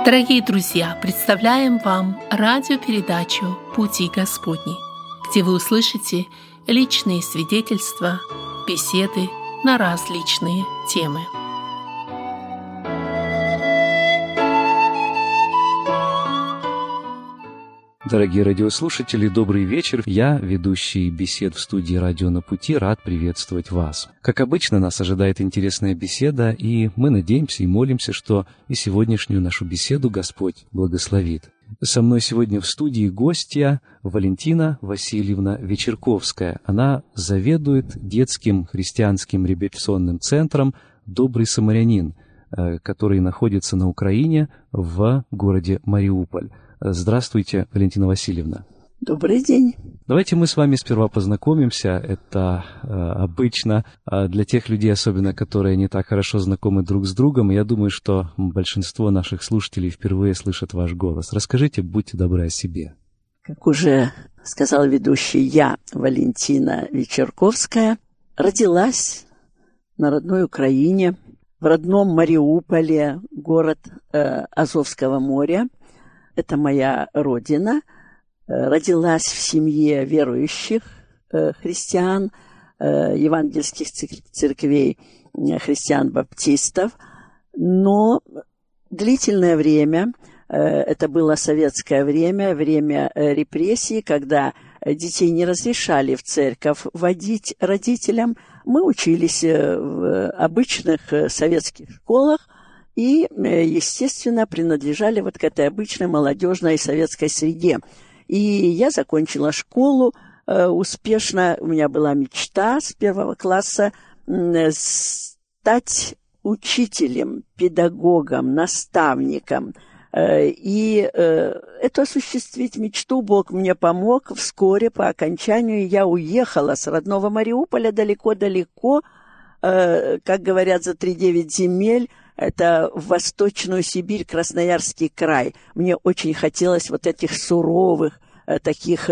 Дорогие друзья, представляем вам радиопередачу «Пути Господни», где вы услышите личные свидетельства, беседы на различные темы. Дорогие радиослушатели, добрый вечер. Я, ведущий бесед в студии «Радио на пути», рад приветствовать вас. Как обычно, нас ожидает интересная беседа, и мы надеемся и молимся, что и сегодняшнюю нашу беседу Господь благословит. Со мной сегодня в студии гостья Валентина Васильевна Вечерковская. Она заведует детским христианским реабилитационным центром «Добрый самарянин», который находится на Украине в городе Мариуполь. Здравствуйте, Валентина Васильевна. Добрый день. Давайте мы с вами сперва познакомимся. Это обычно для тех людей, особенно которые не так хорошо знакомы друг с другом. Я думаю, что большинство наших слушателей впервые слышат ваш голос. Расскажите, будьте добры, о себе. Как уже сказал ведущий, я, Валентина Вечерковская, родилась на родной Украине, в родном Мариуполе, город Азовского моря. Это моя родина. Родилась в семье верующих христиан, евангельских церквей, христиан-баптистов. Но длительное время, это было советское время, время репрессий, когда детей не разрешали в церковь водить родителям. Мы учились в обычных советских школах, и, естественно, принадлежали вот к этой обычной молодежной советской среде. И я закончила школу успешно. У меня была мечта с 1 класса стать учителем, педагогом, наставником. И эту осуществить мечту Бог мне помог. Вскоре по окончанию я уехала с родного Мариуполя далеко-далеко, как говорят, за 3-9 земель. Это в Восточную Сибирь, Красноярский край. Мне очень хотелось вот этих суровых, таких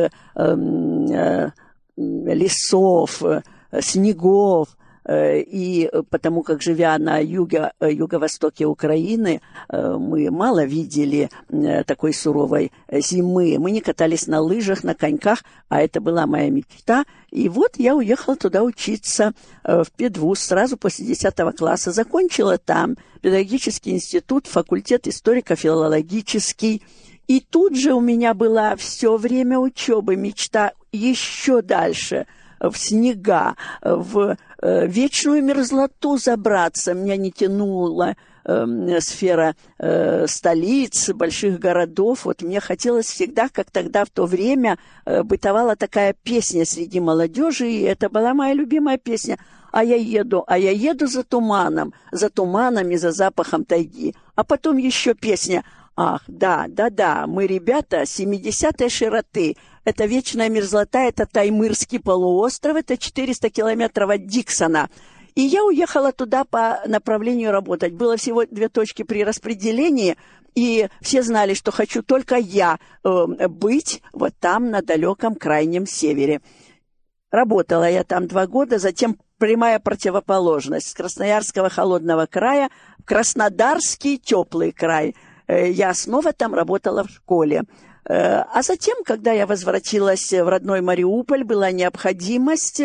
лесов, снегов. И потому как, живя на юго-востоке Украины, мы мало видели такой суровой зимы. Мы не катались на лыжах, на коньках, а это была моя мечта. И вот я уехала туда учиться в педвуз сразу после 10 класса. Закончила там педагогический институт, факультет историко-филологический. И тут же у меня была все время учебы мечта еще дальше – в снега, в вечную мерзлоту забраться. Меня не тянула сфера столиц, больших городов. Вот мне хотелось всегда, как тогда в то время бытовала такая песня среди молодежи, и это была моя любимая песня. А я еду за туманом и за запахом тайги. А потом еще песня. Ах, да, мы, ребята, 70-й широты. Это вечная мерзлота, это Таймырский полуостров, это 400 километров от Диксона. И я уехала туда по направлению работать. Было всего 2 точки при распределении, и все знали, что хочу только я быть вот там, на далеком крайнем севере. Работала я там 2 года, затем прямая противоположность. С Красноярского холодного края в Краснодарский теплый край. Я снова там работала в школе. А затем, когда я возвратилась в родной Мариуполь, была необходимость,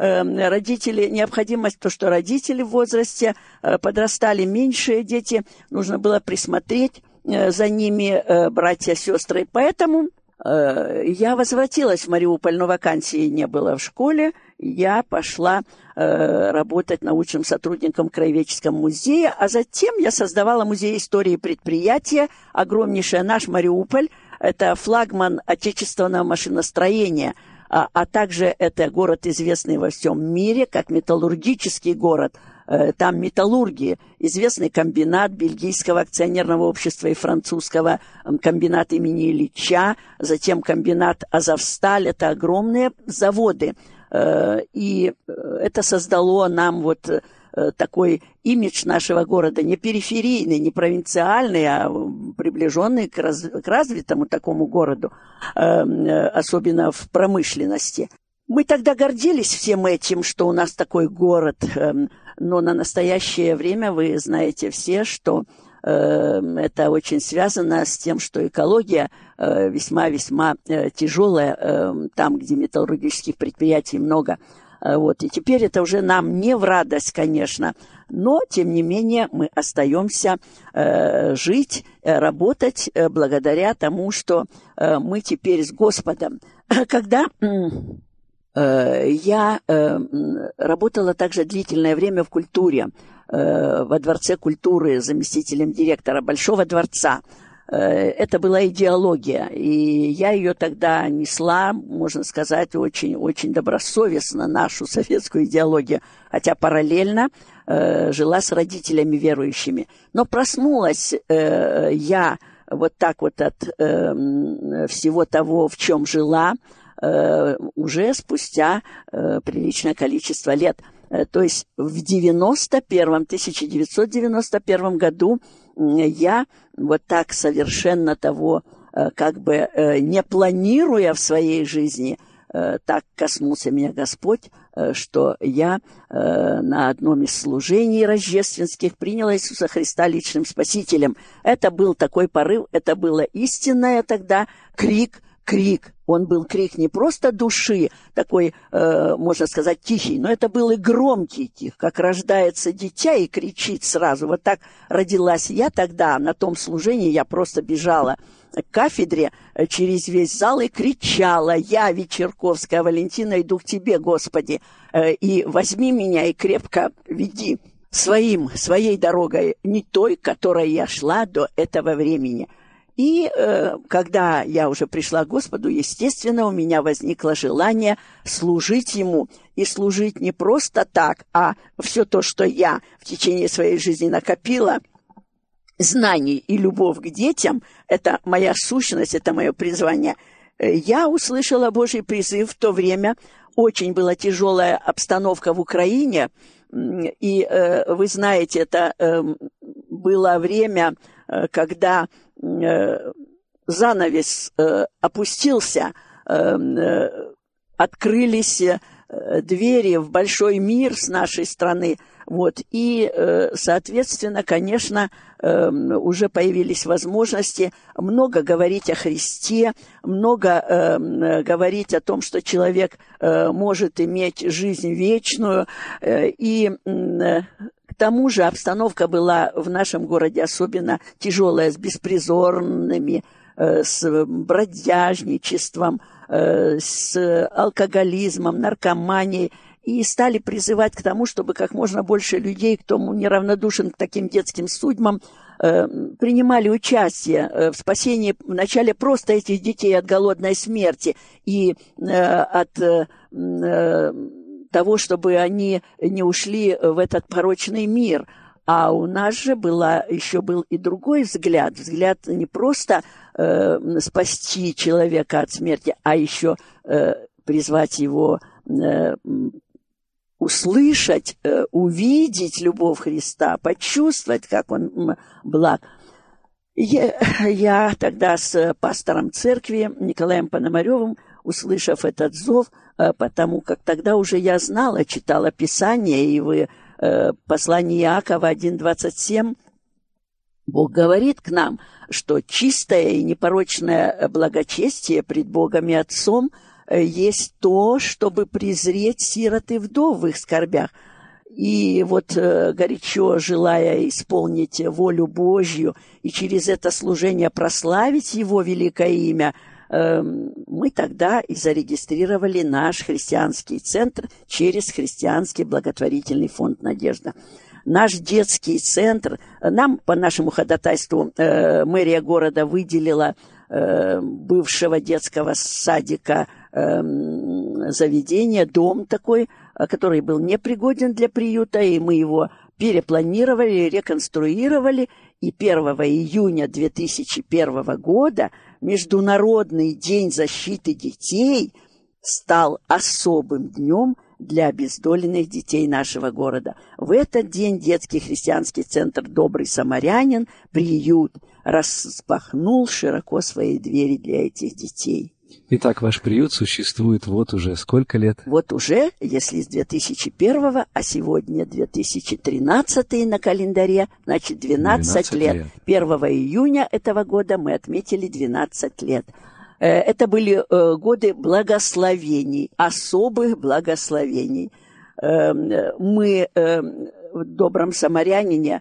то, что родители в возрасте, подрастали меньшие дети, нужно было присмотреть за ними, братья, сестры. Поэтому я возвратилась в Мариуполь, но вакансии не было в школе. Я пошла работать научным сотрудником в Краеведческом музее, а затем я создавала музей истории предприятия, огромнейший наш Мариуполь. Это флагман отечественного машиностроения, а также это город, известный во всем мире, как металлургический город. Там металлургии, известный комбинат Бельгийского акционерного общества и французского комбинат имени Ильича, затем комбинат Азовсталь. Это огромные заводы. И это создало нам вот такой имидж нашего города, не периферийный, не провинциальный, а приближенный к развитому такому городу, особенно в промышленности. Мы тогда гордились всем этим, что у нас такой город, но на настоящее время вы знаете все, что это очень связано с тем, что экология весьма-весьма тяжелая там, где металлургических предприятий много. Вот. И теперь это уже нам не в радость, конечно, но, тем не менее, мы остаемся жить, работать благодаря тому, что мы теперь с Господом. Когда я работала также длительное время в культуре, во Дворце культуры, заместителем директора Большого дворца. Это была идеология, и я ее тогда несла, можно сказать, очень добросовестно, нашу советскую идеологию, хотя параллельно жила с родителями верующими. Но проснулась я вот так вот от всего того, в чем жила, уже спустя приличное количество лет. То есть в 1991 году я вот так совершенно того, как бы не планируя в своей жизни, так коснулся меня Господь, что я на одном из служений рождественских приняла Иисуса Христа личным Спасителем. Это был такой порыв, это было истинное тогда крик. Он был крик не просто души, такой, можно сказать, тихий, но это был и громкий тих, как рождается дитя и кричит сразу. Вот так родилась я тогда, на том служении я просто бежала к кафедре через весь зал и кричала: «Я, Вечерковская Валентина, иду к Тебе, Господи, и возьми меня и крепко веди своей дорогой, не той, которой я шла до этого времени». И когда я уже пришла к Господу, естественно, у меня возникло желание служить Ему. И служить не просто так, а все то, что я в течение своей жизни накопила, знаний и любовь к детям, это моя сущность, это мое призвание. Я услышала Божий призыв в то время. Очень была тяжелая обстановка в Украине. И вы знаете, это было время, когда занавес опустился, открылись двери в большой мир с нашей страны. Вот. И, соответственно, конечно, уже появились возможности много говорить о Христе, много говорить о том, что человек может иметь жизнь вечную. И к тому же обстановка была в нашем городе особенно тяжелая, с беспризорными, с бродяжничеством, с алкоголизмом, наркоманией. И стали призывать к тому, чтобы как можно больше людей, кто неравнодушен к таким детским судьбам, принимали участие в спасении вначале просто этих детей от голодной смерти и от того, чтобы они не ушли в этот порочный мир. А у нас же еще был и другой взгляд. Взгляд не просто спасти человека от смерти, а еще призвать его услышать, увидеть любовь Христа, почувствовать, как Он благ. Я тогда с пастором церкви Николаем Пономаревым, услышав этот зов, потому как тогда уже я знала, читала Писание, и в послании Иакова 1:27 Бог говорит к нам, что чистое и непорочное благочестие пред Богом и Отцом есть то, чтобы презреть сирот и вдов в их скорбях. И вот горячо желая исполнить волю Божью и через это служение прославить Его великое имя, мы тогда и зарегистрировали наш христианский центр через Христианский благотворительный фонд «Надежда». Наш детский центр, нам по нашему ходатайству мэрия города выделила бывшего детского садика заведение, дом такой, который был непригоден для приюта, и мы его перепланировали, реконструировали, и 1 июня 2001 года Международный день защиты детей стал особым днем для обездоленных детей нашего города. В этот день детский христианский центр «Добрый самарянин», приют, распахнул широко свои двери для этих детей. Итак, ваш приют существует вот уже сколько лет? Вот уже, если с 2001, а сегодня 2013 на календаре, значит 12 лет. 1 июня этого года мы отметили 12 лет. Это были годы благословений, особых благословений. Мы в «Добром самарянине»,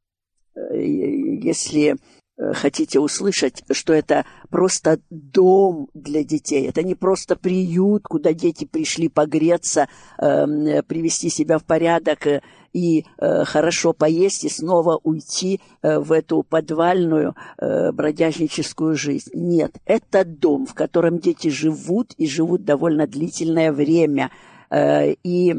если хотите услышать, что это просто дом для детей. Это не просто приют, куда дети пришли погреться, привести себя в порядок и хорошо поесть, и снова уйти в эту подвальную бродяжническую жизнь. Нет, это дом, в котором дети живут, и живут довольно длительное время. И,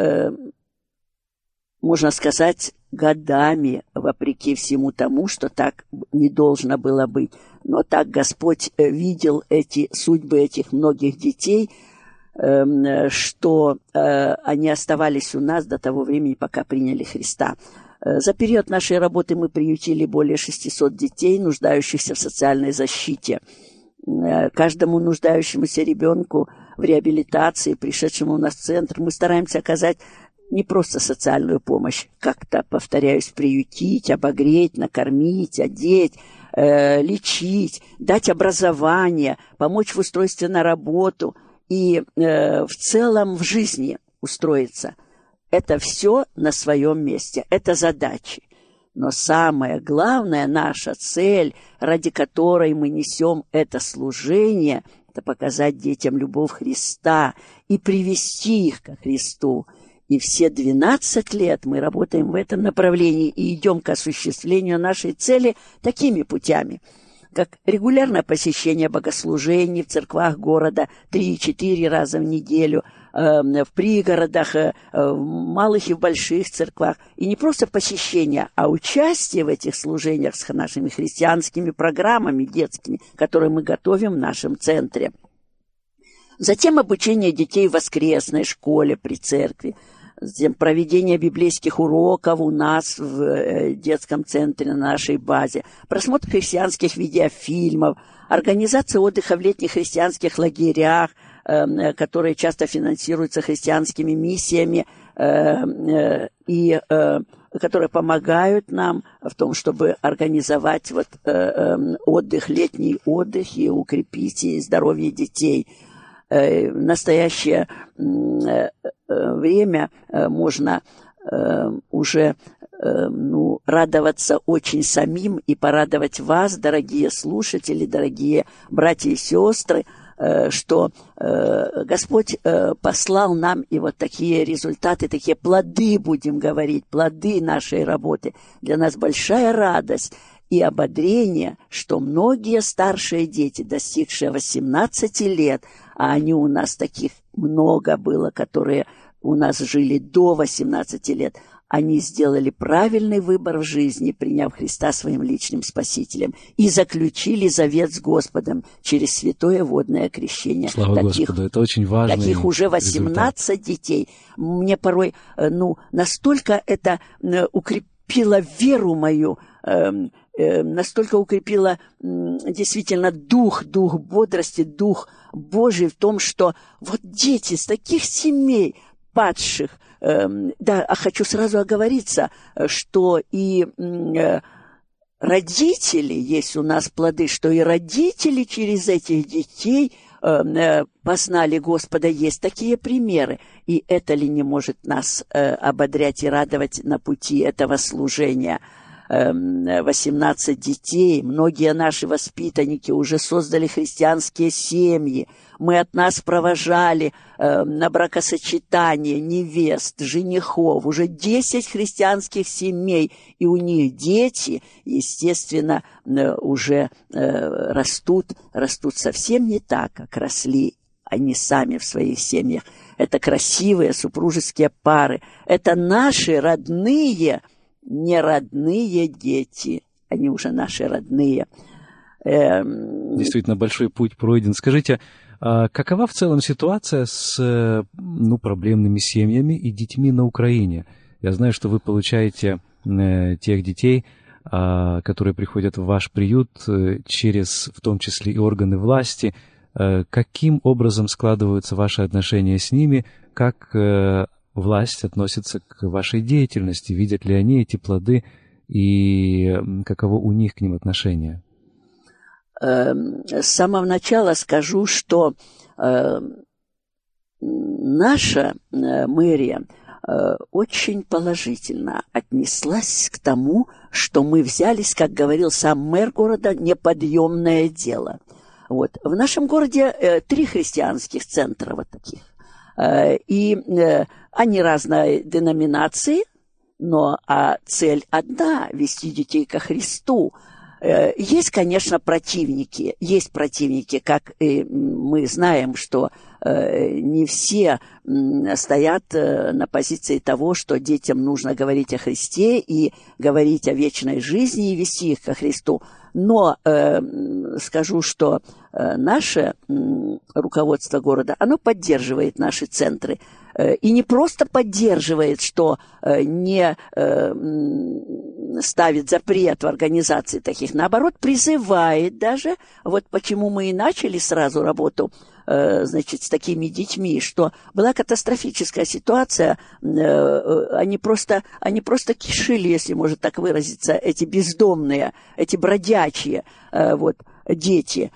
можно сказать, годами, вопреки всему тому, что так не должно было быть. Но так Господь видел эти судьбы этих многих детей, что они оставались у нас до того времени, пока приняли Христа. За период нашей работы мы приютили более 600 детей, нуждающихся в социальной защите. Каждому нуждающемуся ребенку в реабилитации, пришедшему у нас в центр, мы стараемся оказать не просто социальную помощь, как-то, повторяюсь, приютить, обогреть, накормить, одеть, лечить, дать образование, помочь в устройстве на работу и в целом в жизни устроиться. Это все на своем месте, это задачи. Но самая главная наша цель, ради которой мы несем это служение, это показать детям любовь Христа и привести их ко Христу. И все 12 лет мы работаем в этом направлении и идем к осуществлению нашей цели такими путями, как регулярное посещение богослужений в церквах города 3-4 раза в неделю, в пригородах, в малых и в больших церквах. И не просто посещение, а участие в этих служениях с нашими христианскими программами детскими, которые мы готовим в нашем центре. Затем обучение детей в воскресной школе при церкви. Затем проведение библейских уроков у нас в детском центре на нашей базе, просмотр христианских видеофильмов, организация отдыха в летних христианских лагерях, которые часто финансируются христианскими миссиями и которые помогают нам в том, чтобы организовать отдых, летний отдых и укрепить здоровье детей. В настоящее время можно уже радоваться очень самим и порадовать вас, дорогие слушатели, дорогие братья и сестры, что Господь послал нам и вот такие результаты, такие плоды, будем говорить, плоды нашей работы. Для нас большая радость и ободрение, что многие старшие дети, достигшие 18 лет, а они у нас таких много было, которые у нас жили до 18 лет, они сделали правильный выбор в жизни, приняв Христа своим личным Спасителем, и заключили завет с Господом через святое водное крещение. Слава Господу, это очень важно. Таких уже 18 результат. Детей. Мне порой, настолько это укрепило веру мою, настолько укрепило действительно дух бодрости, дух Божий в том, что вот дети с таких семей падших, хочу сразу оговориться, что и родители, есть у нас плоды, что и родители через этих детей познали Господа, есть такие примеры. И это ли не может нас ободрять и радовать на пути этого служения? 18 детей, многие наши воспитанники уже создали христианские семьи. Мы от нас провожали на бракосочетание невест, женихов, уже 10 христианских семей, и у них дети, естественно, уже растут совсем не так, как росли они сами в своих семьях. Это красивые супружеские пары, это наши родные, не родные дети, они уже наши родные. Действительно, большой путь пройден. Скажите, какова в целом ситуация с проблемными семьями и детьми на Украине? Я знаю, что вы получаете тех детей, которые приходят в ваш приют через, в том числе, и органы власти. Каким образом складываются ваши отношения с ними? Как власть относится к вашей деятельности? Видят ли они эти плоды? И каково у них к ним отношение? С самого начала скажу, что наша мэрия очень положительно отнеслась к тому, что мы взялись, как говорил сам мэр города, неподъемное дело. Вот. В нашем городе 3 христианских центра вот таких. И они разной деноминации, но цель одна – вести детей ко Христу. Есть, конечно, противники. Есть противники, как и мы знаем, что не все стоят на позиции того, что детям нужно говорить о Христе и говорить о вечной жизни и вести их ко Христу. Но скажу, что наше руководство города, оно поддерживает наши центры. И не просто поддерживает, что не ставит запрет в организации таких, наоборот, призывает даже, вот почему мы и начали сразу работу, значит, с такими детьми, что была катастрофическая ситуация, они просто кишили, если можно так выразиться, эти бездомные, эти бродячие вот, дети.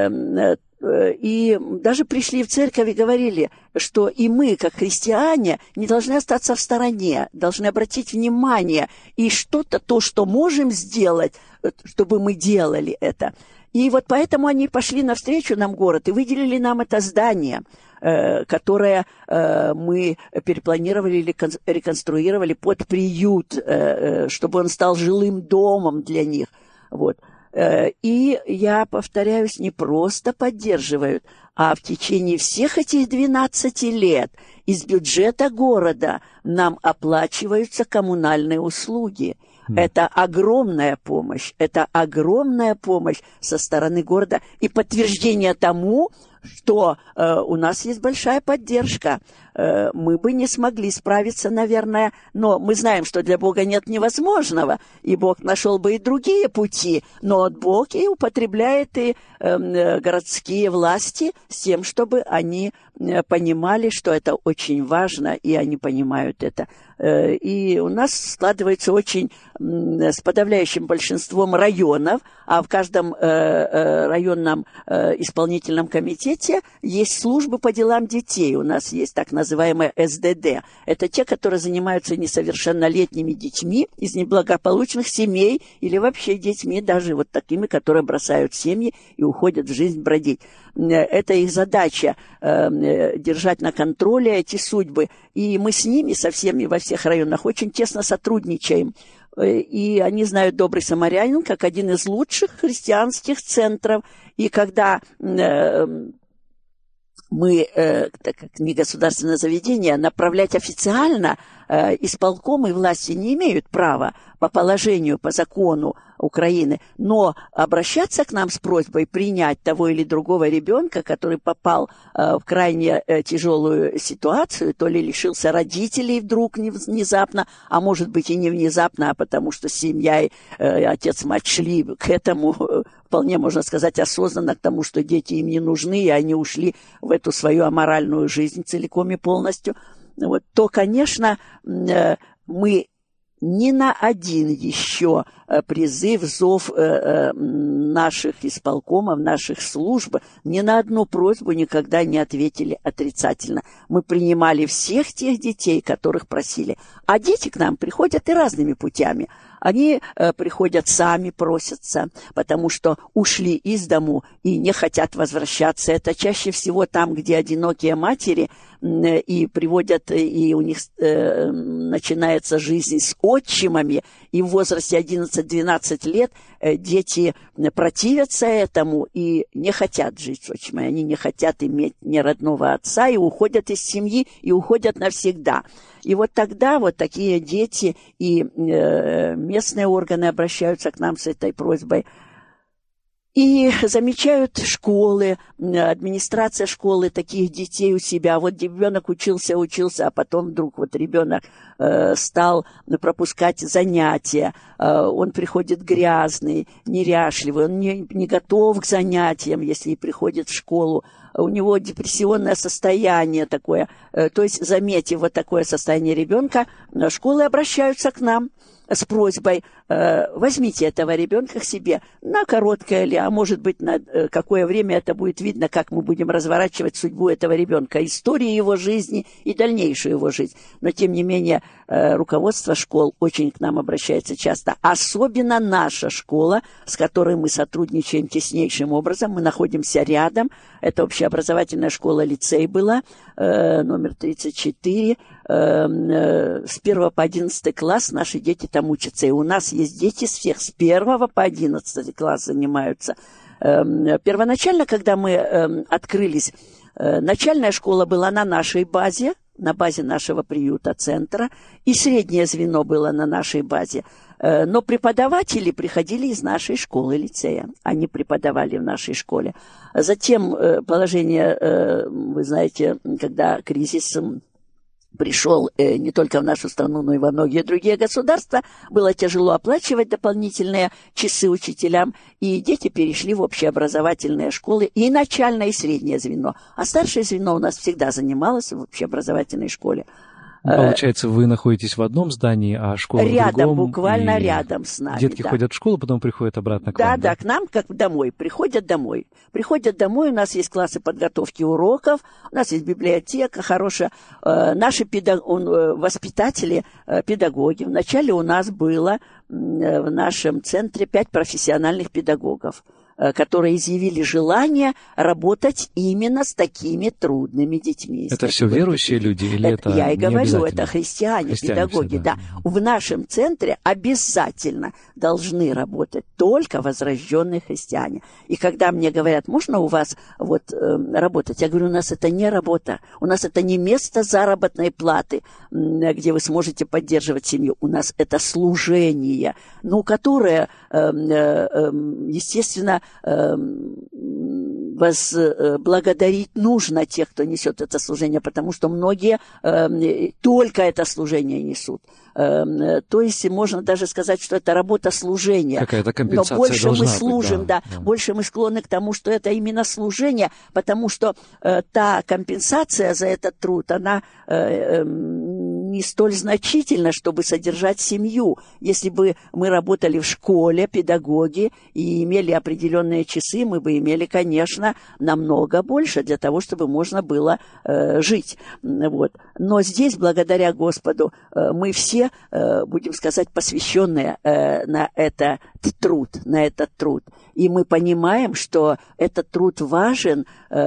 И даже пришли в церковь и говорили, что и мы, как христиане, не должны остаться в стороне, должны обратить внимание и что-то, то, что можем сделать, чтобы мы делали это. И вот поэтому они пошли навстречу нам в город и выделили нам это здание, которое мы перепланировали или реконструировали под приют, чтобы он стал жилым домом для них. Вот. И, я повторяюсь, не просто поддерживают, а в течение всех этих 12 лет из бюджета города нам оплачиваются коммунальные услуги. Это огромная помощь со стороны города и подтверждение тому, что у нас есть большая поддержка. Мы бы не смогли справиться, наверное, но мы знаем, что для Бога нет невозможного, и Бог нашел бы и другие пути, но Бог и употребляет и городские власти с тем, чтобы они понимали, что это очень важно, и они понимают это. И у нас складывается очень с подавляющим большинством районов, а в каждом районном исполнительном комитете есть службы по делам детей. У нас есть так называемые СДД. Это те, которые занимаются несовершеннолетними детьми из неблагополучных семей или вообще детьми, даже вот такими, которые бросают семьи и уходят в жизнь бродить. Это их задача держать на контроле эти судьбы. И мы с ними, со всеми во всех районах, очень тесно сотрудничаем. И они знают «Добрый самарянин» как один из лучших христианских центров. И когда мы, так как негосударственное заведение, направлять официально исполкомы власти не имеют права по положению, по закону Украины, но обращаться к нам с просьбой принять того или другого ребенка, который попал в крайне тяжелую ситуацию, то ли лишился родителей вдруг внезапно, а может быть и не внезапно, а потому что семья и отец, мать шли к этому, вполне можно сказать, осознанно к тому, что дети им не нужны, и они ушли в эту свою аморальную жизнь целиком и полностью, вот, то, конечно, мы ни на один еще призыв, зов наших исполкомов, наших служб, ни на одну просьбу никогда не ответили отрицательно. Мы принимали всех тех детей, которых просили. А дети к нам приходят и разными путями. Они приходят сами, просятся, потому что ушли из дому и не хотят возвращаться. Это чаще всего там, где одинокие матери, и приводят, и у них начинается жизнь с отчимами, и в возрасте 11-12 лет дети противятся этому и не хотят жить с отчимами. Они не хотят иметь ни родного отца и уходят из семьи, и уходят навсегда. И вот тогда вот такие дети и местные органы обращаются к нам с этой просьбой. И замечают школы, администрация школы таких детей у себя. Вот ребенок учился, а потом вдруг вот ребенок стал пропускать занятия. Он приходит грязный, неряшливый, он не готов к занятиям, если приходит в школу. У него депрессионное состояние такое. То есть, заметив вот такое состояние ребенка, школы обращаются к нам с просьбой: возьмите этого ребенка к себе на короткое ли, а может быть на какое время, это будет видно, как мы будем разворачивать судьбу этого ребенка, историю его жизни и дальнейшую его жизнь. Но тем не менее руководство школ очень к нам обращается часто, особенно наша школа, с которой мы сотрудничаем теснейшим образом. Мы находимся рядом. Это общеобразовательная школа-лицей была, номер 34. С 1 по 11 класс наши дети там учатся. И у нас есть дети с 1 по 11 класс занимаются. Первоначально, когда мы открылись, начальная школа была на нашей базе, на базе нашего приюта-центра, и среднее звено было на нашей базе. Но преподаватели приходили из нашей школы-лицея. Они преподавали в нашей школе. Затем положение, вы знаете, когда кризис пришел не только в нашу страну, но и во многие другие государства, было тяжело оплачивать дополнительные часы учителям, и дети перешли в общеобразовательные школы, и начальное, и среднее звено. А старшее звено у нас всегда занималось в общеобразовательной школе. Получается, вы находитесь в одном здании, а школа рядом, в другом. буквально рядом с нами. Детки ходят в школу, потом приходят обратно к вам. Да, к нам как домой. Приходят домой. У нас есть классы подготовки уроков, у нас есть библиотека хорошая. Наши воспитатели, педагоги. Вначале у нас было в нашем центре 5 профессиональных педагогов, которые изъявили желание работать именно с такими трудными детьми. Это все верующие люди или это я и говорю, это христиане, педагоги, да. В нашем центре обязательно должны работать только возрожденные христиане. И когда мне говорят: можно у вас работать? Я говорю: у нас это не работа, у нас это не место заработной платы, где вы сможете поддерживать семью. У нас это служение, которое, естественно, благодарить нужно тех, кто несет это служение, потому что многие только это служение несут. То есть можно даже сказать, что это работа служения. Какая-то компенсация. Но больше мы быть, служим, да. Больше мы склонны к тому, что это именно служение, потому что та компенсация за этот труд, она не столь значительна, чтобы содержать семью. Если бы мы работали в школе, педагоги, и имели определенные часы, мы бы имели, конечно, намного больше для того, чтобы можно было жить. Но здесь, благодаря Господу, мы все, будем сказать, посвященные на этот труд. И мы понимаем, что этот труд важен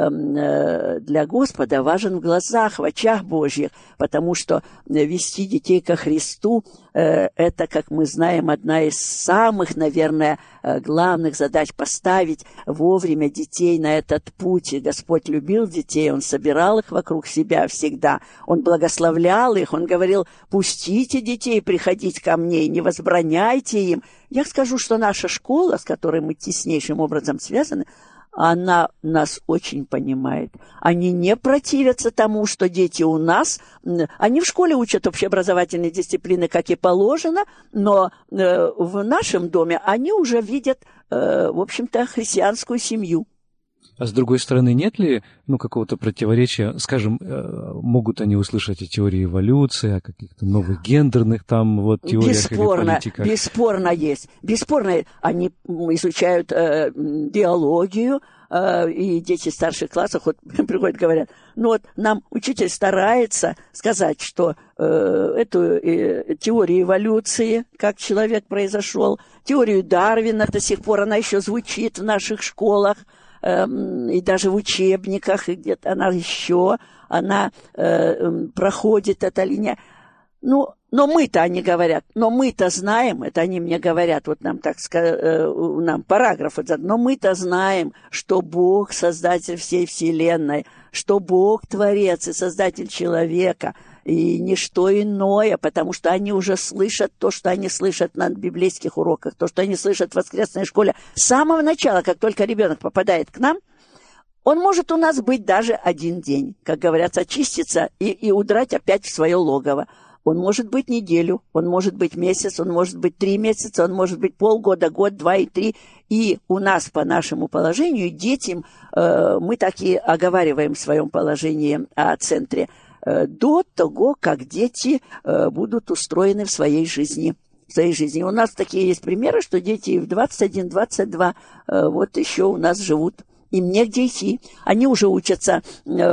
для Господа, важен в глазах, в очах Божьих, потому что вести детей ко Христу – это, как мы знаем, одна из самых, наверное, главных задач – поставить вовремя детей на этот путь. И Господь любил детей, Он собирал их вокруг себя всегда, Он благословлял их, Он говорил: пустите детей приходить ко мне, не возбраняйте им. Я скажу, что наша школа, с которой мы теснейшим образом связаны, она нас очень понимает. Они не противятся тому, что дети у нас, они в школе учат общеобразовательные дисциплины, как и положено, но в нашем доме они уже видят, в общем-то, христианскую семью. А с другой стороны, нет ли какого-то противоречия? Скажем, могут они услышать о теории эволюции, о каких-то новых гендерных теориях или политиках? Бесспорно есть. Бесспорно они изучают биологию, и дети старших классов приходят и говорят: нам учитель старается сказать, что эту теорию эволюции, как человек произошел, теорию Дарвина, до сих пор она еще звучит в наших школах, и даже в учебниках, и где-то она проходит, эта линия. Но мы-то, они говорят, но мы-то знаем, это они мне говорят, нам параграф этот, но мы-то знаем, что Бог создатель всей вселенной, что Бог творец и создатель человека. и ничто иное, потому что они уже слышат то, что они слышат на библейских уроках, то, что они слышат в воскресной школе. С самого начала, как только ребенок попадает к нам, он может у нас быть даже один день, как говорят, очиститься и удрать опять в свое логово. Он может быть неделю, он может быть месяц, он может быть 3 месяца, он может быть полгода, год, 2 и 3. И у нас по нашему положению детям, мы так и оговариваем в своем положении о центре, до того, как дети будут устроены в своей жизни. У нас такие есть примеры, что дети в 21-22 вот еще у нас живут. Им негде идти. Они уже учатся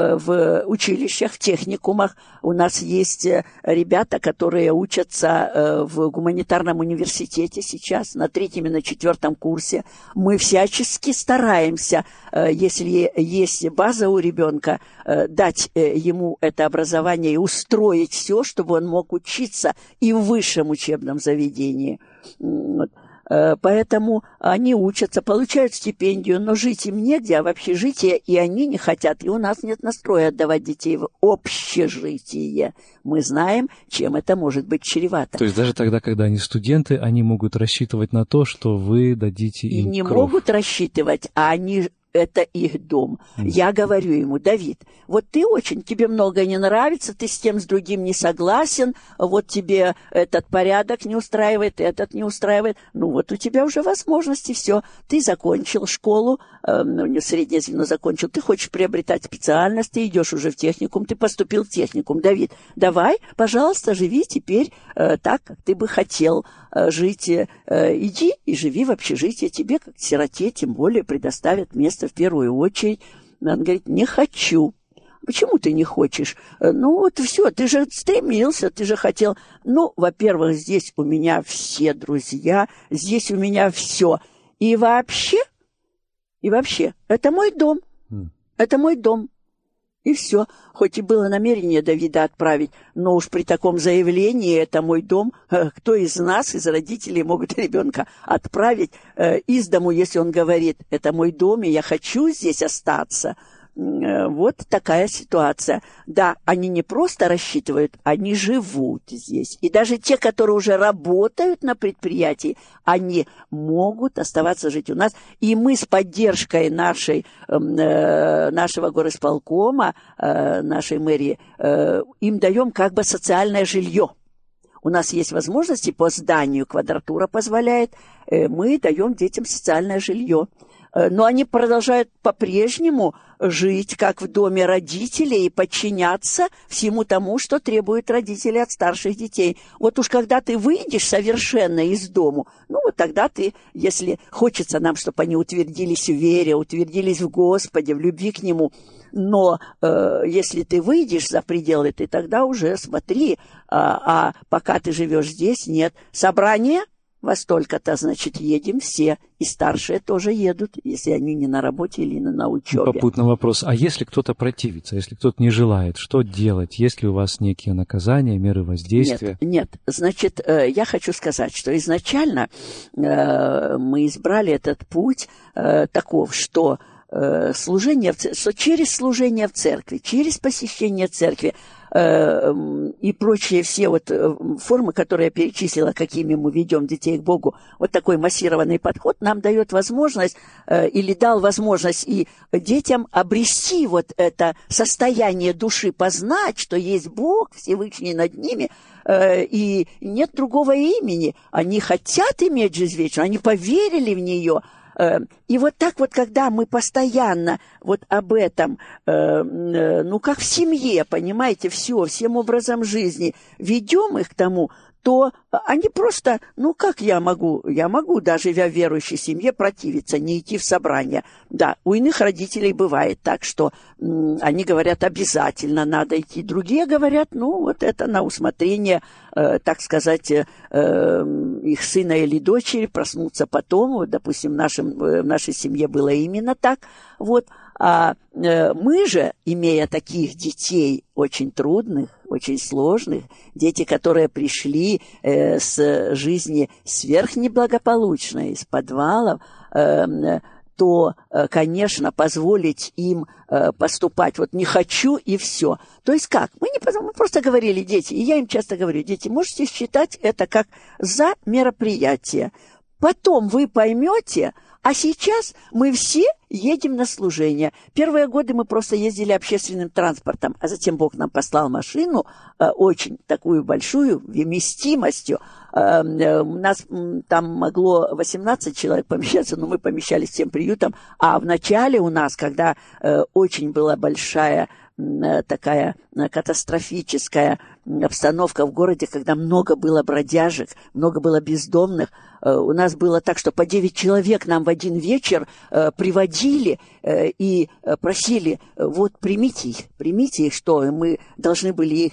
в училищах, в техникумах. У нас есть ребята, которые учатся в гуманитарном университете сейчас, на 3-м и на 4-м курсе. Мы всячески стараемся, если есть база у ребенка, дать ему это образование и устроить все, чтобы он мог учиться и в высшем учебном заведении. Вот. Поэтому они учатся, получают стипендию, но жить им негде, а в общежитие и они не хотят. И у нас нет настроя отдавать детей в общежитие. Мы знаем, чем это может быть чревато. То есть даже тогда, когда они студенты, они могут рассчитывать на то, что вы дадите им и не кров. Могут рассчитывать, а они... Это их дом. Я говорю ему: Давид, вот тебе многое не нравится, ты с тем, с другим не согласен, вот тебе этот порядок не устраивает, этот не устраивает. Ну вот у тебя уже возможности, все. Ты закончил школу, среднее звено закончил, ты хочешь приобретать специальность, ты идешь уже в техникум, ты поступил в техникум. Давид, давай, пожалуйста, живи теперь так, как ты бы хотел жить. Иди и живи в общежитии, тебе, как сироте, тем более предоставят место в первую очередь. Он говорит: не хочу. Почему ты не хочешь? Ну вот все, ты же стремился, ты же хотел. Ну, во-первых, здесь у меня все друзья, здесь у меня все. И вообще, это мой дом. Это мой дом. И все. Хоть и было намерение Давида отправить, но уж при таком заявлении «это мой дом», кто из нас, из родителей, могут ребенка отправить из дому, если он говорит: «это мой дом, и я хочу здесь остаться». Вот такая ситуация. Да, они не просто рассчитывают, они живут здесь. И даже те, которые уже работают на предприятии, они могут оставаться жить у нас. И мы с поддержкой нашего горисполкома, нашей мэрии, им даем как бы социальное жилье. У нас есть возможности по зданию, квадратура позволяет, мы даем детям социальное жилье. Но они продолжают по-прежнему жить, как в доме родителей, и подчиняться всему тому, что требуют родители от старших детей. Вот уж когда ты выйдешь совершенно из дому, ну вот тогда ты, если хочется нам, чтобы они утвердились в вере, утвердились в Господе, в любви к Нему, но если ты выйдешь за пределы, ты тогда уже смотри, а пока ты живешь здесь, нет. Собрание во столько-то, значит, едем все, и старшие тоже едут, если они не на работе или на учебе. Попутный вопрос: а если кто-то противится, если кто-то не желает, что делать? Есть ли у вас некие наказания, меры воздействия? Нет. Значит, я хочу сказать, что изначально мы избрали этот путь таков, что что через служение в церкви, через посещение церкви и прочие все вот формы, которые я перечислила, какими мы ведем детей к Богу, вот такой массированный подход нам дает возможность или дал возможность и детям обрести вот это состояние души, познать, что есть Бог Всевышний над ними, и нет другого имени. Они хотят иметь жизнь вечную, они поверили в нее. И вот так вот, когда мы постоянно вот об этом, ну, как в семье, понимаете, всем образом жизни ведем их к тому, то они просто, ну, как я могу, даже в верующей семье, противиться, не идти в собрание. Да, у иных родителей бывает так, что они говорят: обязательно надо идти. Другие говорят: ну, вот это на усмотрение, так сказать, их сына или дочери, проснуться потом. Вот, допустим, в нашей семье было именно так. Вот. А мы же, имея таких детей очень трудных, очень сложных, дети, которые пришли с жизни сверхнеблагополучной, из подвалов, то, конечно, позволить им поступать. Вот не хочу и все. То есть как? Мы просто говорили, дети, и я им часто говорю, дети, можете считать это как за мероприятие. Потом вы поймете, а сейчас мы все едем на служение. Первые годы мы просто ездили общественным транспортом, а затем Бог нам послал машину, очень такую большую, вместимостью. У нас там могло 18 человек помещаться, но мы помещались всем приютом. А в начале у нас, когда очень была большая такая катастрофическая обстановка в городе, когда много было бродяжек, много было бездомных. У нас было так, что по 9 человек нам в один вечер приводили и просили, вот примите их, что мы должны были их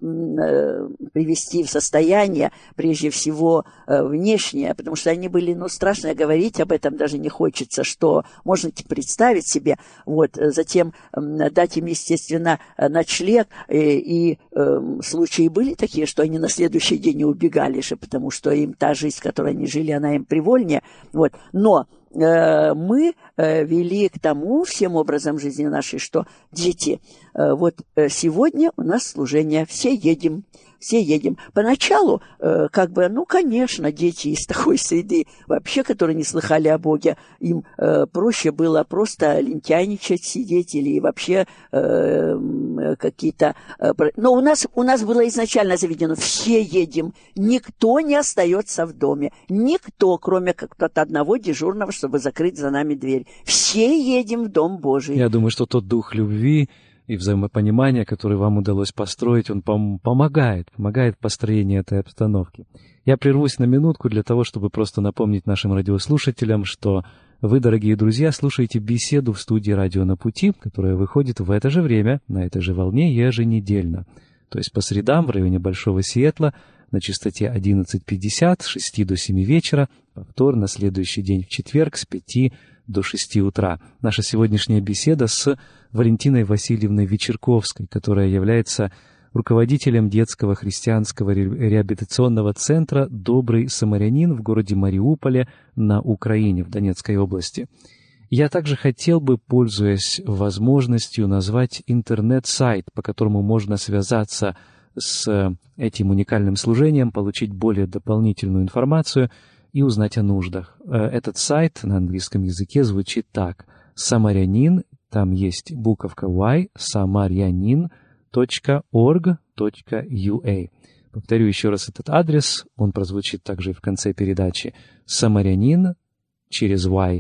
привести в состояние, прежде всего внешнее, потому что они были, страшно говорить об этом даже не хочется, что можно представить себе, вот, затем дать им, естественно, ночлег, и случаи были такие, что они на следующий день не убегали же, потому что им та жизнь, в которой они жили, она им привольнее, вот, но мы вели к тому всем образом жизни нашей, что дети, вот сегодня у нас служение, все едем. Поначалу, конечно, дети из такой среды, вообще, которые не слыхали о Боге, им проще было просто лентяйничать, сидеть или вообще какие-то... Но у нас было изначально заведено, все едем, никто не остается в доме, никто, кроме как-то одного дежурного, чтобы закрыть за нами дверь. Все едем в Дом Божий. Я думаю, что тот дух любви и взаимопонимания, который вам удалось построить, он помогает в построении этой обстановки. Я прервусь на минутку для того, чтобы просто напомнить нашим радиослушателям, что вы, дорогие друзья, слушаете беседу в студии «Радио на пути», которая выходит в это же время, на этой же волне еженедельно. То есть по средам в районе Большого Сиэтла на частоте 11:50 с 6 до 7 вечера, повтор на следующий день в четверг с 5 до 6 утра. Наша сегодняшняя беседа с Валентиной Васильевной Вечерковской, которая является руководителем детского христианского реабилитационного центра «Добрый самарянин» в городе Мариуполе на Украине, в Донецкой области. Я также хотел бы, пользуясь возможностью, назвать интернет-сайт, по которому можно связаться с этим уникальным служением, получить более дополнительную информацию и узнать о нуждах. Этот сайт на английском языке звучит так: «Самарянин», там есть буковка Y, samaryanin.org.ua. Повторю еще раз этот адрес, он прозвучит также и в конце передачи. Самарянин через Y,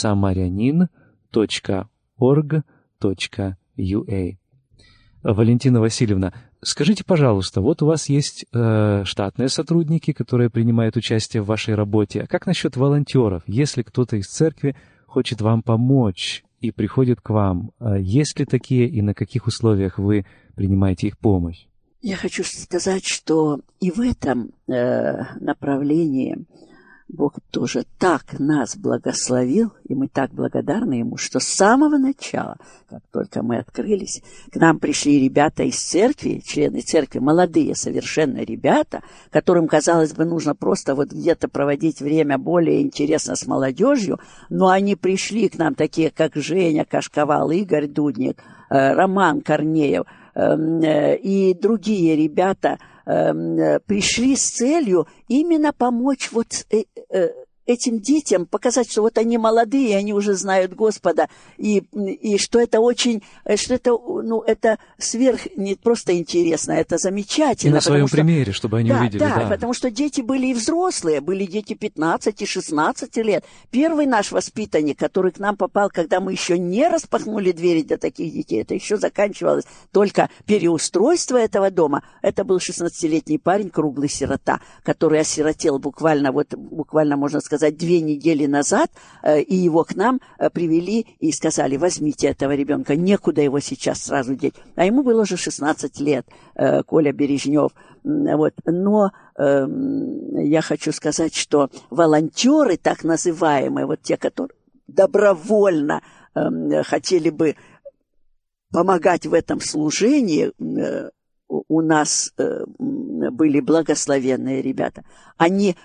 samaryanin.org.ua. Валентина Васильевна, скажите, пожалуйста, вот у вас есть штатные сотрудники, которые принимают участие в вашей работе. А как насчет волонтеров? Если кто-то из церкви хочет вам помочь и приходит к вам, есть ли такие и на каких условиях вы принимаете их помощь? Я хочу сказать, что и в этом направлении Бог тоже так нас благословил, и мы так благодарны Ему, что с самого начала, как только мы открылись, к нам пришли ребята из церкви, члены церкви, молодые совершенно ребята, которым, казалось бы, нужно просто вот где-то проводить время более интересно с молодежью, но они пришли к нам, такие как Женя Кашковал, Игорь Дудник, Роман Корнеев и другие ребята, пришли с целью именно помочь вот этим детям, показать, что вот они молодые, они уже знают Господа, и что это очень, что это, это сверх, не просто интересно, это замечательно. И на своем примере, чтобы они увидели. Да, потому что дети были и взрослые, были дети 15 и 16 лет. Первый наш воспитанник, который к нам попал, когда мы еще не распахнули двери для таких детей, это еще заканчивалось только переустройство этого дома, это был 16-летний парень, круглый сирота, который осиротел буквально, можно сказать, 2 недели назад, и его к нам привели и сказали: возьмите этого ребенка, некуда его сейчас сразу деть. А ему было уже 16 лет, Коля Бережнев. Вот. Но я хочу сказать, что волонтеры, так называемые, вот те, которые добровольно хотели бы помогать в этом служении, у нас были благословенные ребята. Они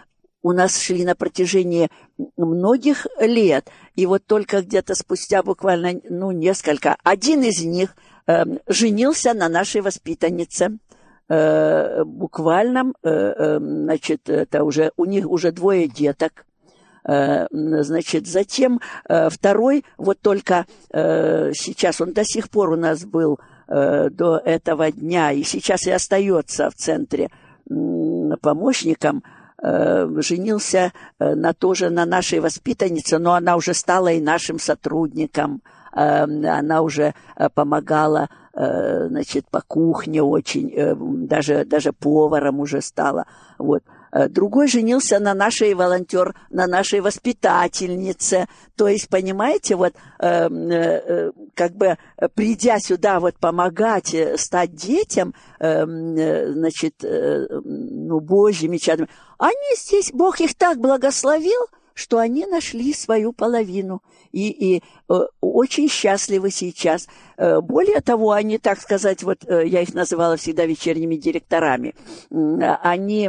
у нас шли на протяжении многих лет. И вот только где-то спустя буквально, несколько, один из них женился на нашей воспитаннице. Буквально, значит, это уже, у них уже 2 деток. Значит, затем второй, вот только сейчас, он до сих пор у нас был до этого дня, и сейчас и остается в центре помощником, женился тоже на нашей воспитаннице, но она уже стала и нашим сотрудником. Она уже помогала, значит, по кухне очень, даже поваром уже стала. Вот. Другой женился на нашей на нашей воспитательнице. То есть, понимаете, вот как бы придя сюда вот помогать, стать детям, значит, Божьими чадами, они здесь, Бог их так благословил, что они нашли свою половину и очень счастливы сейчас. Более того, они, так сказать, вот я их называла всегда вечерними директорами, они,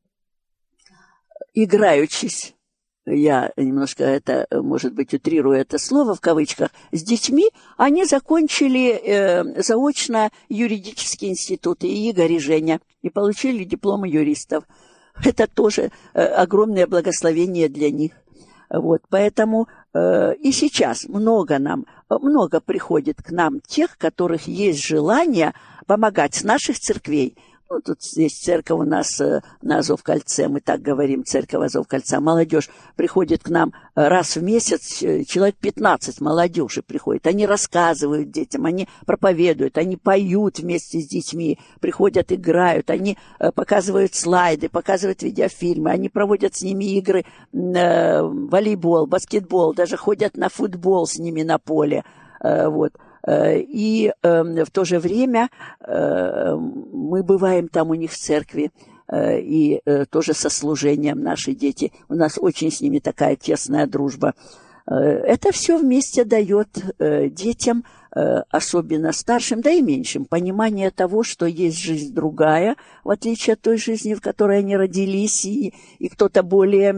играючись, я немножко это, может быть, утрирую это слово в кавычках, с детьми, они закончили заочно юридические институты, и Игорь, и Женя, и получили дипломы юристов. Это тоже огромное благословение для них. Вот, поэтому и сейчас много приходит к нам тех, которых есть желание помогать с наших церквей. Тут здесь церковь у нас на Азовкольце, мы так говорим, церковь Азовкольца. Молодежь приходит к нам раз в месяц, человек 15 молодежи приходит. Они рассказывают детям, они проповедуют, они поют вместе с детьми, приходят, играют, они показывают слайды, показывают видеофильмы, они проводят с ними игры, волейбол, баскетбол, даже ходят на футбол с ними на поле. Вот. И в то же время мы бываем там у них в церкви, и тоже со служением наши дети. У нас очень с ними такая тесная дружба. Это все вместе дает детям, особенно старшим, да и меньшим, понимание того, что есть жизнь другая, в отличие от той жизни, в которой они родились, и кто-то более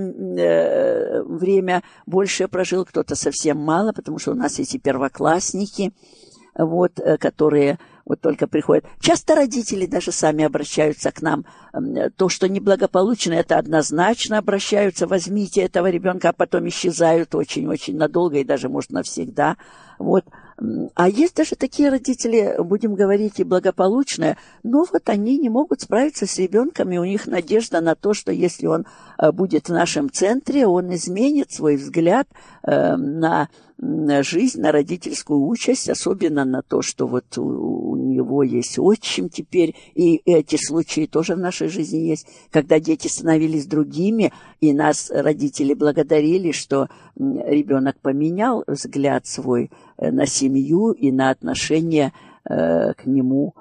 время больше прожил, кто-то совсем мало, потому что у нас эти первоклассники, вот, которые вот только приходят. Часто родители даже сами обращаются к нам. То, что неблагополучно, это однозначно обращаются. Возьмите этого ребенка, а потом исчезают очень-очень надолго и даже, может, навсегда. Вот. А есть даже такие родители, будем говорить, и благополучные, но вот они не могут справиться с ребенком, и у них надежда на то, что если он будет в нашем центре, он изменит свой взгляд на жизнь, на родительскую участь, особенно на то, что вот у него есть отчим теперь, и эти случаи тоже в нашей жизни есть, когда дети становились другими, и нас родители благодарили, что ребенок поменял взгляд свой на семью и на отношение к нему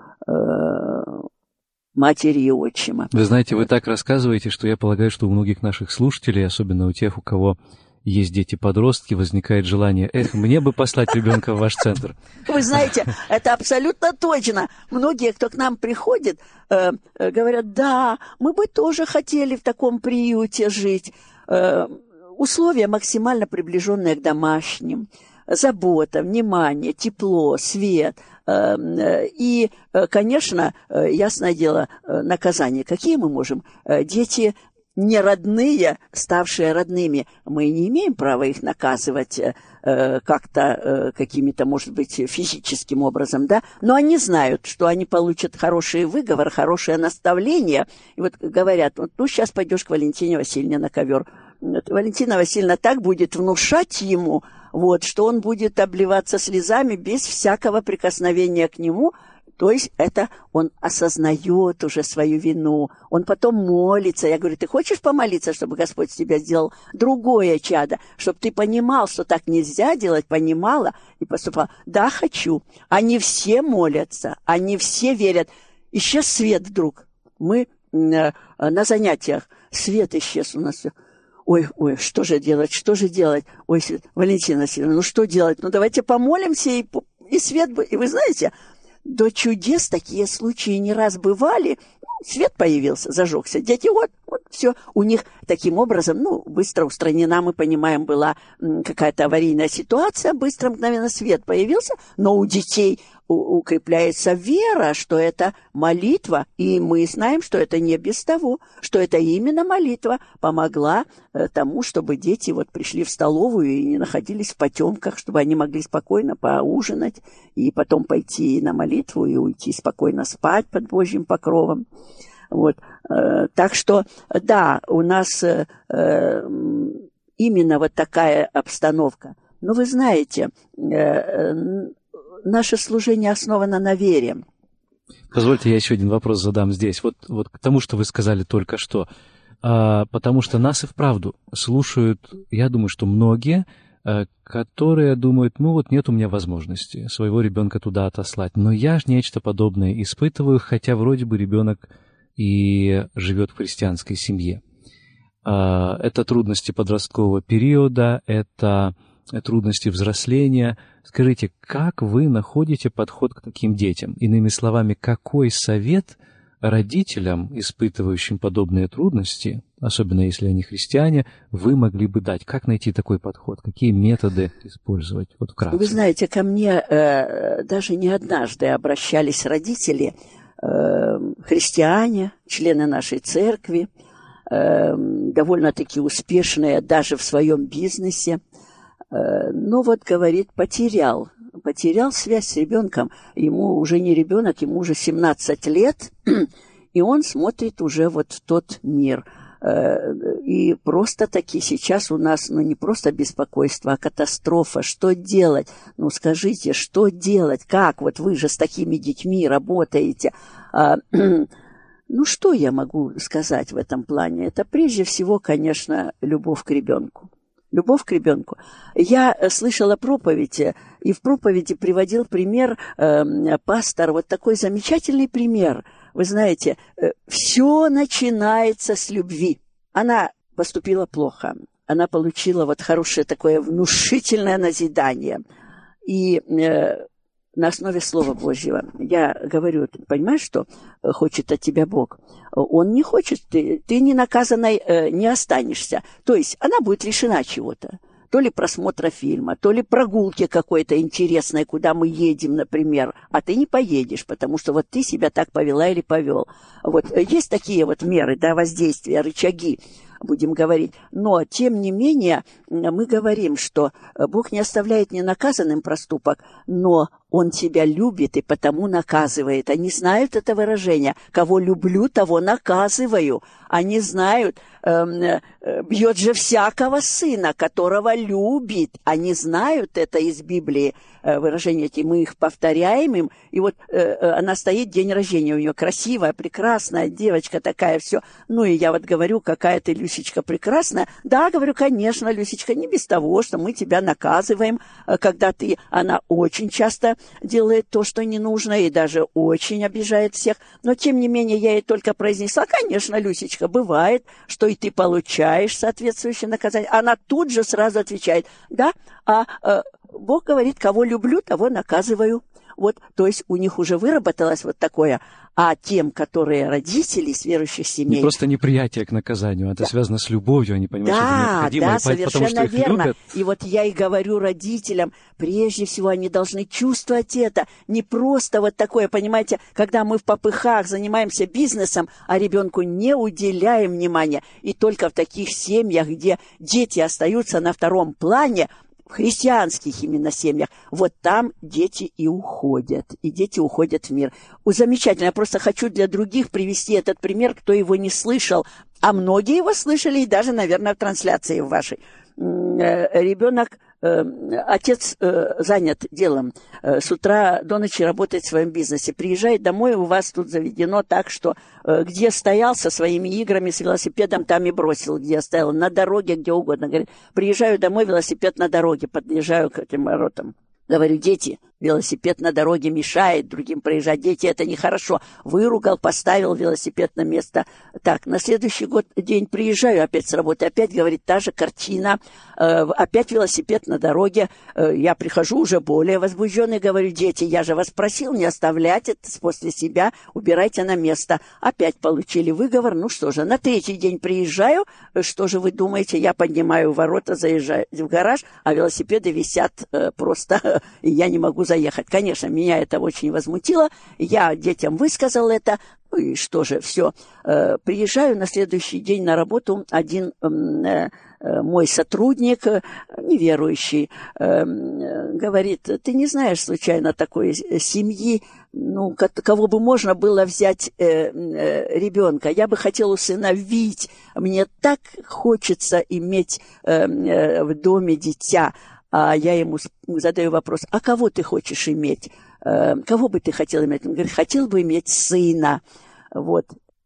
матери и отчима. Вы знаете, вы так рассказываете, что я полагаю, что у многих наших слушателей, особенно у тех, у кого есть дети-подростки, возникает желание, мне бы послать ребенка в ваш центр. Вы знаете, это абсолютно точно. Многие, кто к нам приходит, говорят, да, мы бы тоже хотели в таком приюте жить. Условия максимально приближенные к домашним. Забота, внимание, тепло, свет. И, конечно, ясное дело, наказание. Какие мы можем? Дети не родные, ставшие родными, мы не имеем права их наказывать как-то какими-то, может быть, физическим образом, да, но они знают, что они получат хороший выговор, хорошее наставление, и вот говорят, сейчас пойдешь к Валентине Васильевне на ковер. Валентина Васильевна так будет внушать ему, вот, что он будет обливаться слезами без всякого прикосновения к нему. То есть это он осознает уже свою вину, он потом молится. Я говорю, ты хочешь помолиться, чтобы Господь с тебя сделал другое чадо, чтобы ты понимал, что так нельзя делать, понимала и поступала? Да, хочу. Они все молятся, они все верят. Исчез свет вдруг. Мы на занятиях, свет исчез у нас. Ой, что же делать? Ой, Валентина Васильевна, что делать? Давайте помолимся, и свет... И вы знаете... До чудес такие случаи не раз бывали, свет появился, зажегся. Дети, вот все. У них таким образом, быстро устранена, мы понимаем, была какая-то аварийная ситуация, быстро, мгновенно свет появился, но у детей укрепляется вера, что это молитва, и мы знаем, что это не без того, что это именно молитва помогла тому, чтобы дети пришли в столовую и не находились в потемках, чтобы они могли спокойно поужинать и потом пойти на молитву и уйти спокойно спать под Божьим покровом. Так что, да, у нас именно такая обстановка. Но вы знаете, наше служение основано на вере. Позвольте, я еще один вопрос задам здесь. Вот к тому, что вы сказали только что. Потому что нас и вправду слушают, я думаю, что многие, которые думают, нет у меня возможности своего ребенка туда отослать. Но я же нечто подобное испытываю, хотя вроде бы ребенок и живет в христианской семье. Это трудности подросткового периода, это трудности взросления. Скажите, как вы находите подход к таким детям? Иными словами, какой совет родителям, испытывающим подобные трудности, особенно если они христиане, вы могли бы дать? Как найти такой подход? Какие методы использовать? Вкратце. Вы знаете, ко мне даже не однажды обращались родители, христиане, члены нашей церкви, довольно-таки успешные даже в своем бизнесе. Но говорит, потерял связь с ребенком. Ему уже не ребенок, ему уже 17 лет, и он смотрит уже в тот мир. И просто-таки сейчас у нас, не просто беспокойство, а катастрофа. Что делать? Скажите, что делать? Как? Вы же с такими детьми работаете. Что я могу сказать в этом плане? Это прежде всего, конечно, любовь к ребенку. Любовь к ребенку. Я слышала проповеди, и в проповеди приводил пример пастор, такой замечательный пример. Вы знаете, все начинается с любви. Она поступила плохо, она получила хорошее такое внушительное назидание. И на основе Слова Божьего я говорю, ты понимаешь, что хочет от тебя Бог? Он не хочет, ты не наказанной не останешься. То есть она будет лишена чего-то. То ли просмотра фильма, то ли прогулки какой-то интересной, куда мы едем, например, а ты не поедешь, потому что ты себя так повела или повел. Есть такие меры, воздействия, рычаги, будем говорить. Но, тем не менее, мы говорим, что Бог не оставляет ненаказанным проступок, но Он тебя любит и потому наказывает. Они знают это выражение. Кого люблю, того наказываю. Они знают, бьет же всякого сына, которого любит. Они знают это из Библии. Выражения эти, мы их повторяем им. И она стоит, день рождения у нее красивая, прекрасная девочка такая, все. И я говорю, какая ты, Люсечка, прекрасная. Да, говорю, конечно, Люсечка, не без того, что мы тебя наказываем, когда она очень часто делает то, что не нужно, и даже очень обижает всех. Но, тем не менее, я ей только произнесла, конечно, Люсечка, бывает, что и ты получаешь соответствующее наказание. Она тут же сразу отвечает, да, Бог говорит, кого люблю, того наказываю. То есть у них уже выработалось такое. А тем, которые родители из верующих семей... Не просто неприятие к наказанию, это связано с любовью, они понимают, что это необходимо, да, потому совершенно что их верно. любят. И я и говорю родителям, прежде всего они должны чувствовать это. Не просто такое, понимаете, когда мы в попыхах занимаемся бизнесом, а ребенку не уделяем внимания. И только в таких семьях, где дети остаются на втором плане, в христианских именно семьях, там дети и уходят. И дети уходят в мир. Замечательно. Я просто хочу для других привести этот пример, кто его не слышал. А многие его слышали, и даже, наверное, в трансляции вашей. Ребенок, отец занят делом, с утра до ночи работает в своем бизнесе, приезжает домой, у вас тут заведено так, что где стоял со своими играми, с велосипедом, там и бросил, где оставил, на дороге, где угодно. Говорит, приезжаю домой, велосипед на дороге, подъезжаю к этим воротам. Говорю, дети, Велосипед на дороге мешает другим проезжать. Дети, это нехорошо. Выругал, поставил велосипед на место. Так, на следующий день приезжаю опять с работы. Опять, говорит, та же картина. Опять велосипед на дороге. Я прихожу уже более возбужденный. Говорю, дети, я же вас просил не оставлять это после себя. Убирайте на место. Опять получили выговор. Ну что же, на третий день приезжаю. Что же вы думаете? Я поднимаю ворота, заезжаю в гараж, а велосипеды висят просто, и я не могу заехать. Конечно, меня это очень возмутило. Я детям высказал это. Ну и что же, все. Приезжаю на следующий день на работу. Один мой сотрудник, неверующий, говорит, ты не знаешь случайно такой семьи, ну, кого бы можно было взять ребенка? Я бы хотел усыновить. Мне так хочется иметь в доме дитя. А я ему задаю вопрос, а кого ты хочешь иметь? Кого бы ты хотел иметь? Он говорит, хотел бы иметь сына. Вот.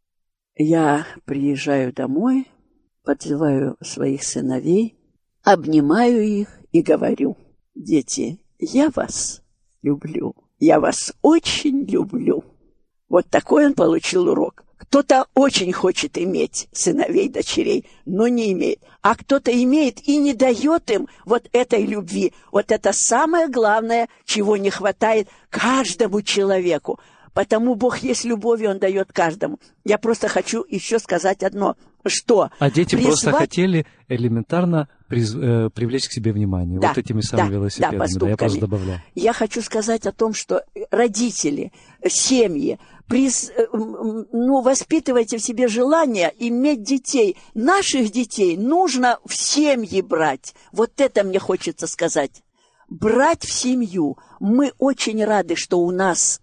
Я приезжаю домой, подзываю своих сыновей, обнимаю их и говорю, дети, я вас люблю. Я вас очень люблю. Вот такой он получил урок. Кто-то очень хочет иметь сыновей, дочерей, но не имеет. А кто-то имеет и не дает им вот этой любви. Вот это самое главное, чего не хватает каждому человеку. Потому Бог есть любовь, и Он дает каждому. Я просто хочу еще сказать одно, что... А дети просто хотели элементарно привлечь к себе внимание. Да, вот этими самыми велосипедами. Да, я просто добавляю. Я хочу сказать о том, что родители, семьи, воспитывайте в себе желание иметь детей. Наших детей нужно в семьи брать. Вот это мне хочется сказать. Брать в семью. Мы очень рады, что у нас...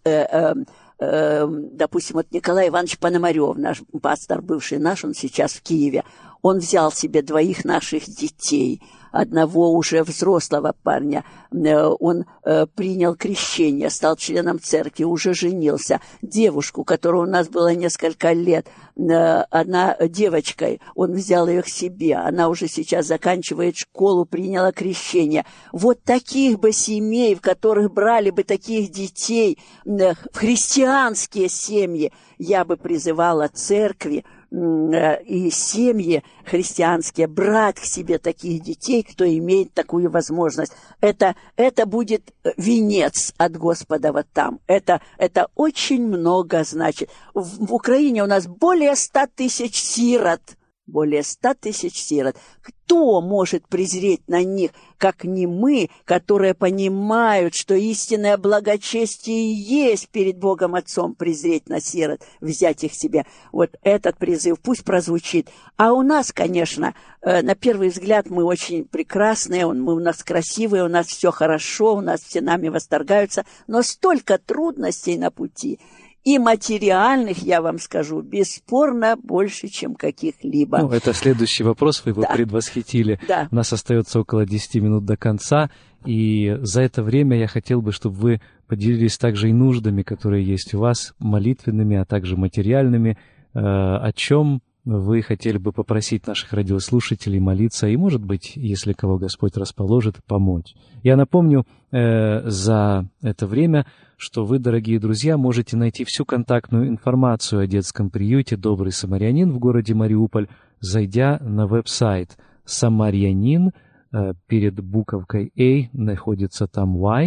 допустим, вот Николай Иванович Пономарев, наш пастор бывший наш, он сейчас в Киеве, он взял себе 2 наших детей, одного уже взрослого парня, он принял крещение, стал членом церкви, уже женился, девушку, которая у нас было несколько лет, она девочкой, он взял ее к себе, она уже сейчас заканчивает школу, приняла крещение. Вот таких бы семей, в которых брали бы таких детей, в христианские семьи, я бы призывала церкви и семьи христианские брать к себе таких детей, кто имеет такую возможность. Это будет венец от Господа вот там. Это очень много значит. В Украине у нас более 100 тысяч сирот. Более 100 тысяч сирот. Кто может презреть на них, как не мы, которые понимают, что истинное благочестие есть перед Богом Отцом презреть на сирот, взять их себе. Вот этот призыв пусть прозвучит. А у нас, конечно, на первый взгляд мы очень прекрасные, мы у нас красивые, у нас все хорошо, у нас все нами восторгаются, но столько трудностей на пути. И материальных, я вам скажу, бесспорно больше, чем каких-либо. Ну, это следующий вопрос, вы его предвосхитили. Да. У нас остается около 10 минут до конца, и за это время я хотел бы, чтобы вы поделились также и нуждами, которые есть у вас, молитвенными, а также материальными, о чем вы хотели бы попросить наших радиослушателей молиться и, может быть, если кого Господь расположит, помочь. Я напомню за это время, что вы, дорогие друзья, можете найти всю контактную информацию о детском приюте «Добрый самарянин» в городе Мариуполь, зайдя на веб-сайт «Самарянин», перед буковкой «А» находится там «Y»,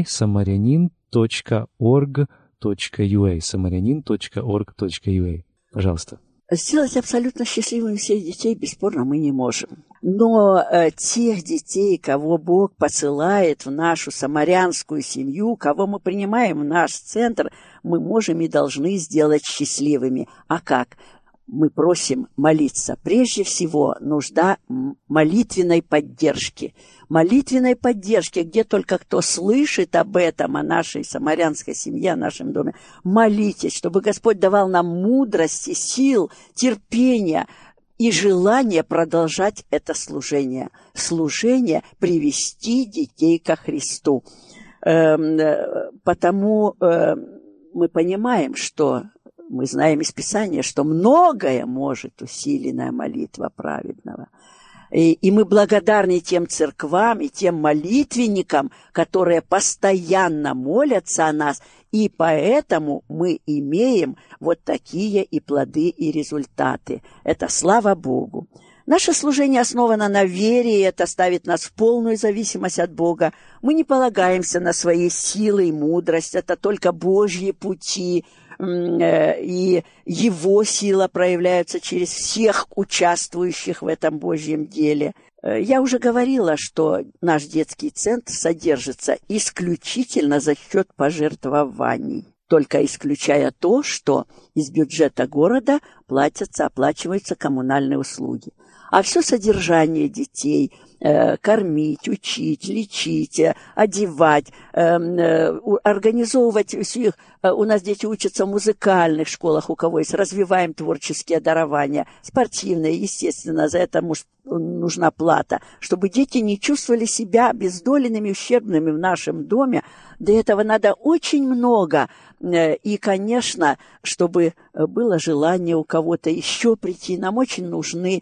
samarianin.org.ua, samarianin.org.ua. Пожалуйста. Сделать абсолютно счастливыми всех детей бесспорно мы не можем. Но тех детей, кого Бог посылает в нашу самарянскую семью, кого мы принимаем в наш центр, мы можем и должны сделать счастливыми. А как? Мы просим молиться. Прежде всего, нужда молитвенной поддержки. Молитвенной поддержки, где только кто слышит об этом, о нашей самарянской семье, о нашем доме. Молитесь, чтобы Господь давал нам мудрости, сил, терпения и желание продолжать это служение. Служение привести детей ко Христу. Потому мы понимаем, что мы знаем из Писания, что многое может усиленная молитва праведного. И мы благодарны тем церквам и тем молитвенникам, которые постоянно молятся о нас, и поэтому мы имеем вот такие и плоды, и результаты. Это слава Богу. Наше служение основано на вере, и это ставит нас в полную зависимость от Бога. Мы не полагаемся на свои силы и мудрость, это только Божьи пути, и Его сила проявляется через всех участвующих в этом Божьем деле. Я уже говорила, что наш детский центр содержится исключительно за счет пожертвований, только исключая то, что из бюджета города оплачиваются коммунальные услуги. А все содержание детей, кормить, учить, лечить, одевать, организовывать их. У нас дети учатся в музыкальных школах, у кого есть, развиваем творческие дарования, спортивные, естественно, за это нужна плата, чтобы дети не чувствовали себя обездоленными, ущербными в нашем доме. Для этого надо очень много. И, конечно, чтобы было желание у кого-то еще прийти, нам очень нужны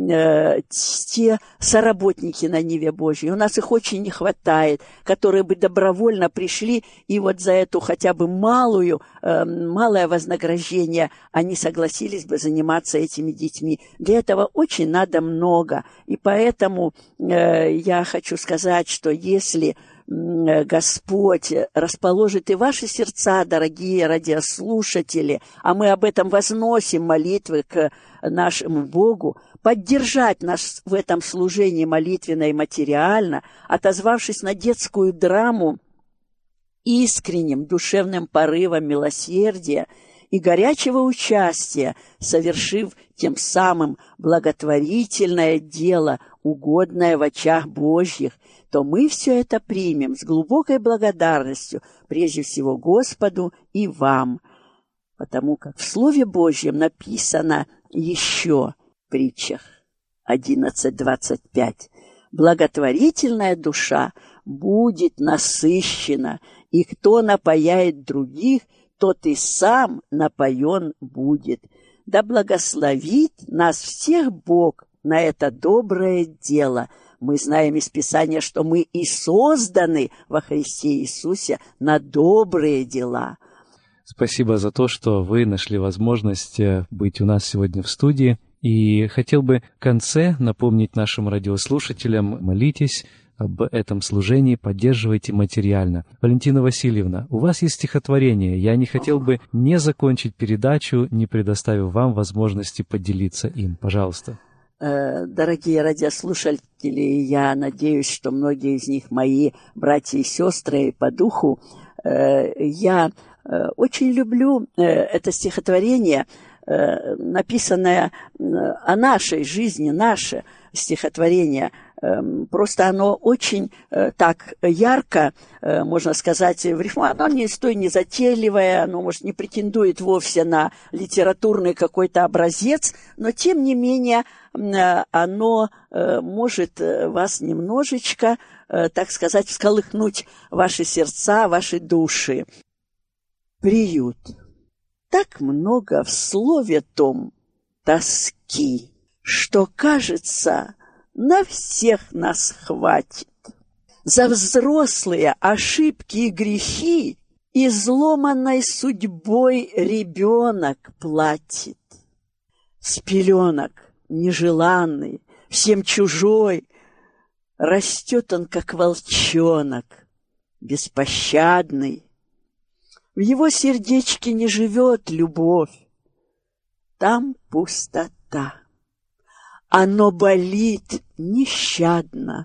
те соработники на Ниве Божьей. У нас их очень не хватает, которые бы добровольно пришли, и вот за эту хотя бы малое вознаграждение они согласились бы заниматься этими детьми. Для этого очень надо много. И поэтому я хочу сказать, что если Господь расположит и ваши сердца, дорогие радиослушатели, а мы об этом возносим молитвы к нашему Богу, поддержать нас в этом служении молитвенно и материально, отозвавшись на детскую драму искренним душевным порывом милосердия и горячего участия, совершив тем самым благотворительное дело, угодное в очах Божьих, то мы все это примем с глубокой благодарностью, прежде всего Господу и вам, потому как в Слове Божьем написано еще в притчах 11:25: «Благотворительная душа будет насыщена, и кто напояет других, тот и сам напоен будет. Да благословит нас всех Бог на это доброе дело». Мы знаем из Писания, что мы и созданы во Христе Иисусе на добрые дела. Спасибо за то, что вы нашли возможность быть у нас сегодня в студии. И хотел бы в конце напомнить нашим радиослушателям: молитесь об этом служении, поддерживайте материально. Валентина Васильевна, у вас есть стихотворение. Я не хотел бы не закончить передачу, не предоставив вам возможности поделиться им. Пожалуйста. Дорогие радиослушатели, я надеюсь, что многие из них мои братья и сестры по духу. Я очень люблю это стихотворение, написанное о нашей жизни, наше стихотворение. Просто оно очень так ярко, можно сказать, в рифму. Оно не затейливое, оно, может, не претендует вовсе на литературный какой-то образец, но, тем не менее, оно может вас немножечко, так сказать, всколыхнуть ваши сердца, ваши души. Приют. Так много в слове том тоски, что, кажется, на всех нас хватит. За взрослые ошибки и грехи изломанной судьбой ребенок платит. С пеленок нежеланный, всем чужой, растет он, как волчонок, беспощадный. В его сердечке не живет любовь, там пустота. Оно болит нещадно.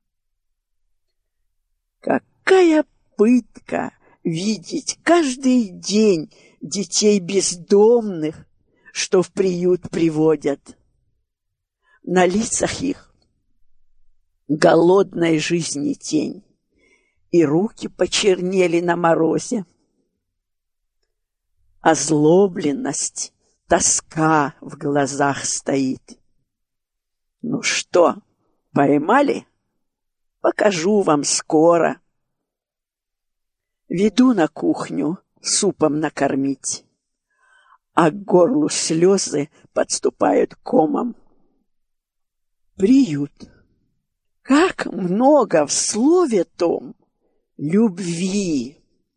Какая пытка видеть каждый день детей бездомных, что в приют приводят. На лицах их голодной жизни тень, и руки почернели на морозе. Озлобленность, тоска в глазах стоит. Ну что, поймали? Покажу вам скоро. Веду на кухню супом накормить, а к горлу слезы подступают комом. Приют. Как много в слове том любви,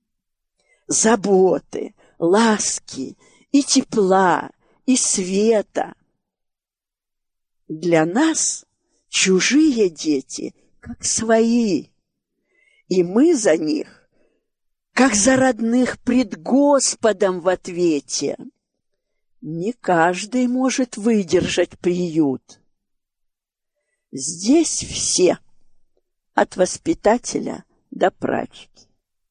заботы, ласки и тепла, и света. Для нас чужие дети, как свои, и мы за них, как за родных пред Господом в ответе. Не каждый может выдержать приют. Здесь все, от воспитателя до прачки.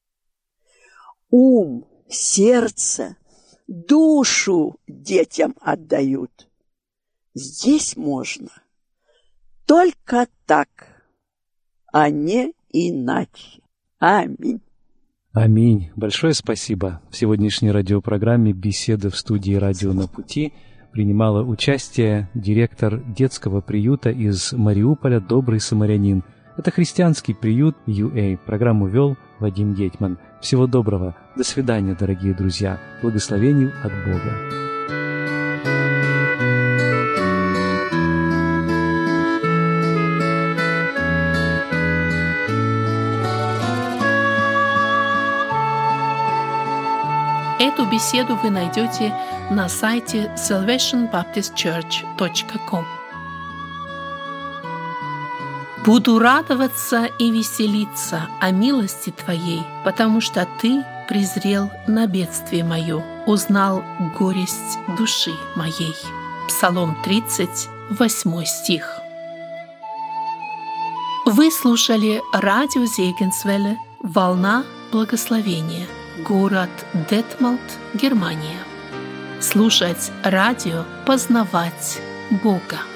Ум, сердце, душу детям отдают. Здесь можно только так, а не иначе. Аминь. Аминь. Большое спасибо. В сегодняшней радиопрограмме «Беседа в студии «Радио на пути» принимала участие директор детского приюта из Мариуполя «Добрый самарянин». Это христианский приют UA. Программу вел Вадим Гетман. Всего доброго. До свидания, дорогие друзья. Благословений от Бога. Эту беседу вы найдете на сайте salvationbaptistchurch.com. «Буду радоваться и веселиться о милости Твоей, потому что Ты презрел на бедствие мое, узнал горесть души моей». Псалом 30, 8 стих. Вы слушали радио Зегенсвелле «Волна благословения», город Детмолд, Германия. Слушать радио, познавать Бога.